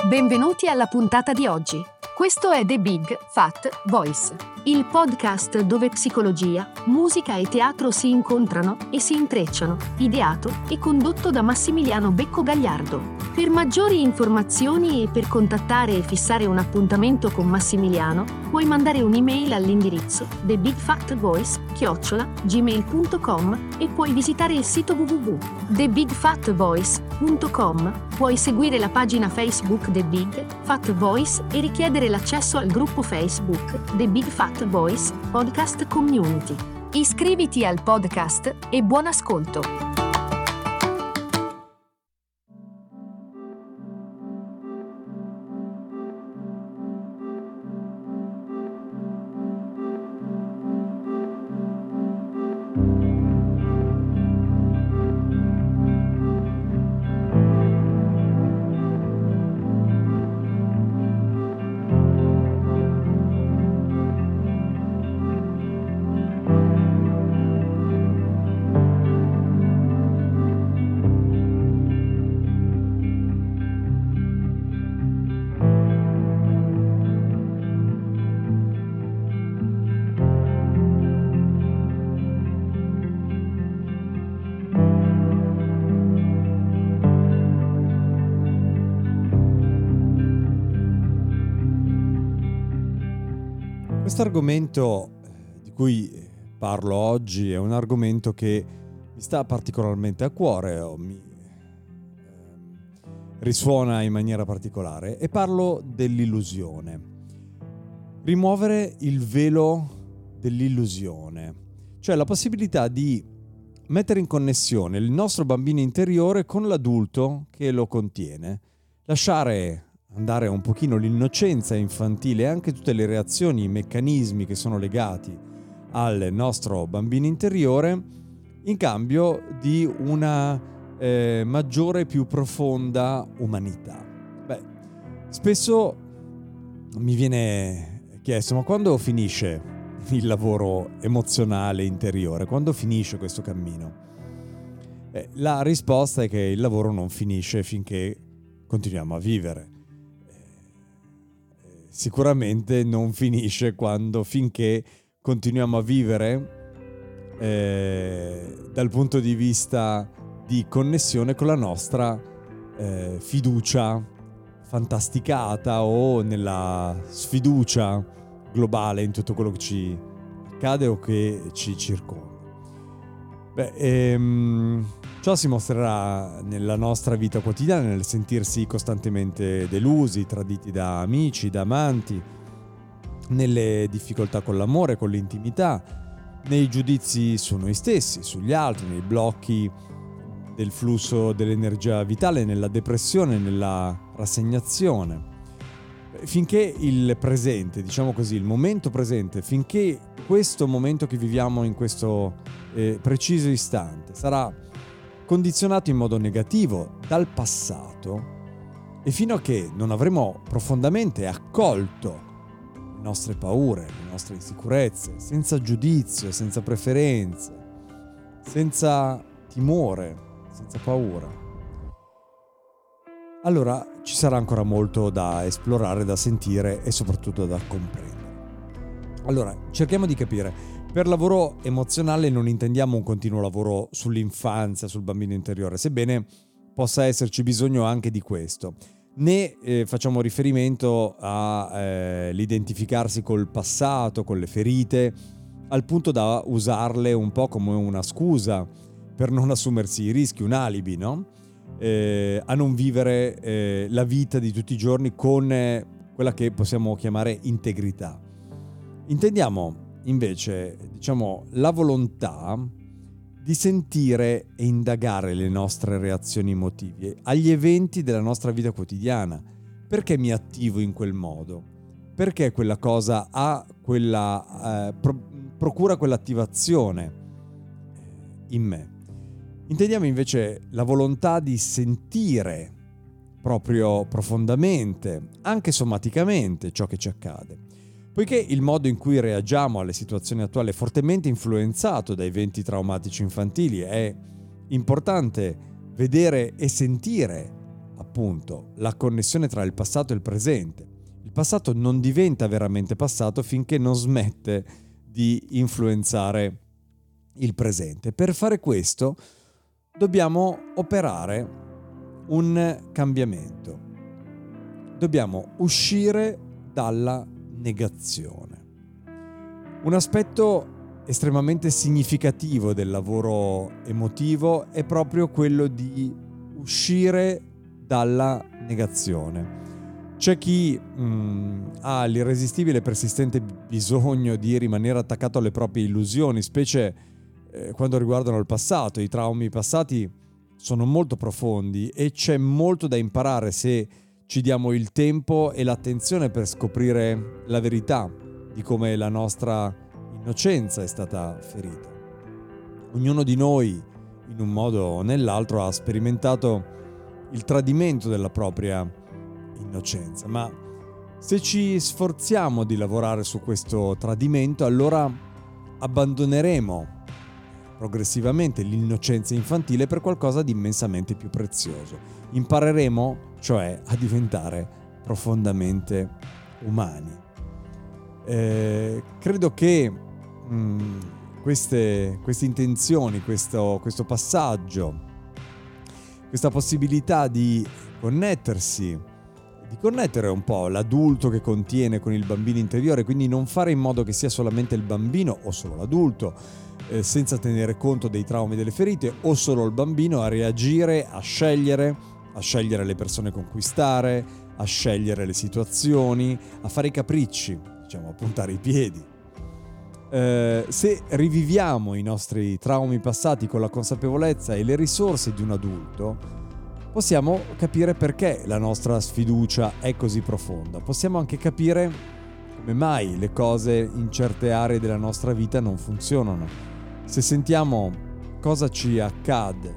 Benvenuti alla puntata di oggi. Questo è The Big Fat Voice, il podcast dove psicologia, musica e teatro si incontrano e si intrecciano, ideato e condotto da Massimiliano Becco Gagliardo. Per maggiori informazioni e per contattare e fissare un appuntamento con Massimiliano, puoi mandare un'email all'indirizzo thebigfatvoice@gmail.com e puoi visitare il sito www.thebigfatvoice.com. Puoi seguire la pagina Facebook The Big Fat Voice e richiedere l'accesso al gruppo Facebook The Big Fat Voice Podcast Community. Iscriviti al podcast e buon ascolto! Questo argomento di cui parlo oggi è un argomento che mi sta particolarmente a cuore o mi risuona in maniera particolare, e parlo dell'illusione. Rimuovere il velo dell'illusione, cioè la possibilità di mettere in connessione il nostro bambino interiore con l'adulto che lo contiene, lasciare andare un pochino l'innocenza infantile e anche tutte le reazioni, i meccanismi che sono legati al nostro bambino interiore, in cambio di una maggiore e più profonda umanità. Spesso mi viene chiesto: ma quando finisce il lavoro emozionale interiore? Quando finisce questo cammino? La risposta è che il lavoro non finisce finché continuiamo a vivere. Sicuramente non finisce finché continuiamo a vivere dal punto di vista di connessione con la nostra fiducia fantasticata o nella sfiducia globale in tutto quello che ci accade o che ci circonda. Ciò si mostrerà nella nostra vita quotidiana, nel sentirsi costantemente delusi, traditi da amici, da amanti, nelle difficoltà con l'amore, con l'intimità, nei giudizi su noi stessi, sugli altri, nei blocchi del flusso dell'energia vitale, nella depressione, nella rassegnazione. Finché il presente, diciamo così, il momento presente, finché questo momento che viviamo in questo preciso istante sarà condizionato in modo negativo dal passato, e fino a che non avremo profondamente accolto le nostre paure, le nostre insicurezze, senza giudizio, senza preferenze, senza timore, senza paura, allora ci sarà ancora molto da esplorare, da sentire e soprattutto da comprendere. Allora, cerchiamo di capire. Per lavoro emozionale non intendiamo un continuo lavoro sull'infanzia, sul bambino interiore, sebbene possa esserci bisogno anche di questo. Né facciamo riferimento all'identificarsi col passato, con le ferite, al punto da usarle un po' come una scusa per non assumersi i rischi, un alibi, no? A non vivere la vita di tutti i giorni con quella che possiamo chiamare integrità. Intendiamo invece, la volontà di sentire e indagare le nostre reazioni emotive agli eventi della nostra vita quotidiana. Perché mi attivo in quel modo? Perché quella cosa procura quell'attivazione in me? Intendiamo invece la volontà di sentire proprio profondamente, anche somaticamente, ciò che ci accade. Poiché il modo in cui reagiamo alle situazioni attuali è fortemente influenzato da eventi traumatici infantili, è importante vedere e sentire appunto la connessione tra il passato e il presente. Il passato non diventa veramente passato finché non smette di influenzare il presente. Per fare questo dobbiamo operare un cambiamento. Dobbiamo uscire dalla negazione. Un aspetto estremamente significativo del lavoro emotivo è proprio quello di uscire dalla negazione. C'è chi ha l'irresistibile e persistente bisogno di rimanere attaccato alle proprie illusioni, specie quando riguardano il passato. I traumi passati sono molto profondi e c'è molto da imparare se ci diamo il tempo e l'attenzione per scoprire la verità di come la nostra innocenza è stata ferita. Ognuno di noi, in un modo o nell'altro, ha sperimentato il tradimento della propria innocenza, ma se ci sforziamo di lavorare su questo tradimento, allora abbandoneremo progressivamente l'innocenza infantile per qualcosa di immensamente più prezioso. Impareremo, cioè, a diventare profondamente umani. Credo che queste intenzioni, questo passaggio, questa possibilità di connettere un po' l'adulto che contiene con il bambino interiore, quindi non fare in modo che sia solamente il bambino o solo l'adulto, senza tenere conto dei traumi e delle ferite, o solo il bambino a reagire, a scegliere le persone con cui stare, a scegliere le situazioni, a fare i capricci, diciamo, a puntare i piedi. Se riviviamo i nostri traumi passati con la consapevolezza e le risorse di un adulto, possiamo capire perché la nostra sfiducia è così profonda. Possiamo anche capire come mai le cose in certe aree della nostra vita non funzionano. Se sentiamo cosa ci accade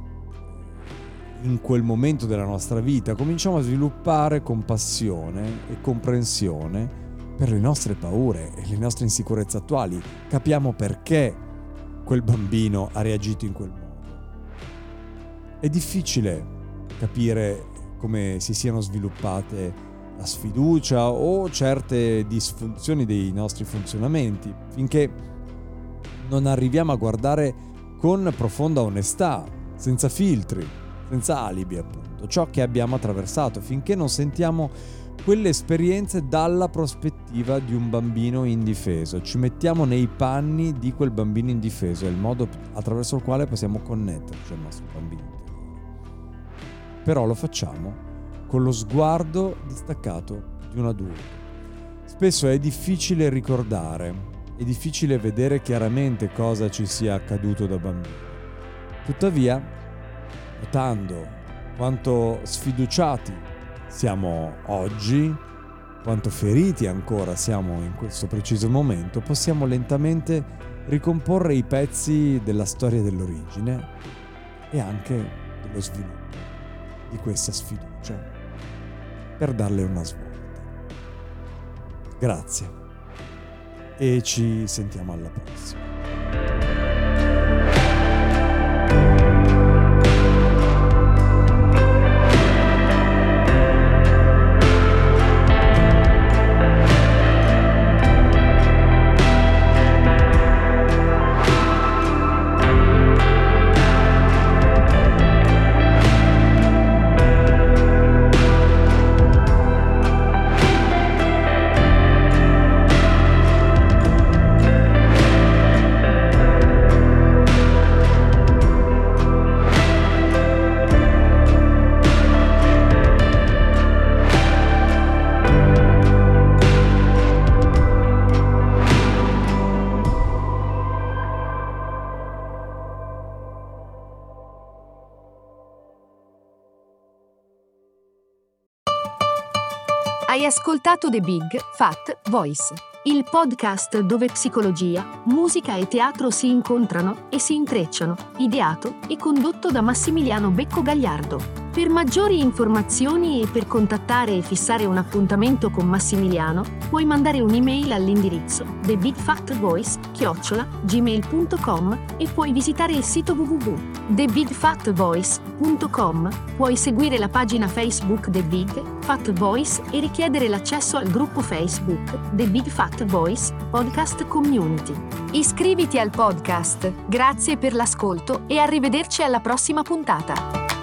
in quel momento della nostra vita, cominciamo a sviluppare compassione e comprensione per le nostre paure e le nostre insicurezze attuali. Capiamo perché quel bambino ha reagito in quel modo. È difficile capire come si siano sviluppate la sfiducia o certe disfunzioni dei nostri funzionamenti, finché non arriviamo a guardare con profonda onestà, senza filtri, senza alibi appunto, ciò che abbiamo attraversato, finché non sentiamo quelle esperienze dalla prospettiva di un bambino indifeso. Ci mettiamo nei panni di quel bambino indifeso, è il modo attraverso il quale possiamo connetterci al nostro bambino interiore. Però lo facciamo con lo sguardo distaccato di un adulto. Spesso è difficile ricordare, è difficile vedere chiaramente cosa ci sia accaduto da bambino. Tuttavia, notando quanto sfiduciati siamo oggi, quanto feriti ancora siamo in questo preciso momento, possiamo lentamente ricomporre i pezzi della storia dell'origine e anche dello sviluppo di questa sfiducia per darle una svolta. Grazie e ci sentiamo alla prossima. Hai ascoltato The Big Fat Voice, il podcast dove psicologia, musica e teatro si incontrano e si intrecciano, ideato e condotto da Massimiliano Becco Gagliardo. Per maggiori informazioni e per contattare e fissare un appuntamento con Massimiliano, puoi mandare un'email all'indirizzo thebigfatvoice@gmail.com e puoi visitare il sito www.thebigfatvoice.com. Puoi seguire la pagina Facebook The Big Fat Voice e richiedere l'accesso al gruppo Facebook The Big Fat Voice Podcast Community. Iscriviti al podcast. Grazie per l'ascolto e arrivederci alla prossima puntata.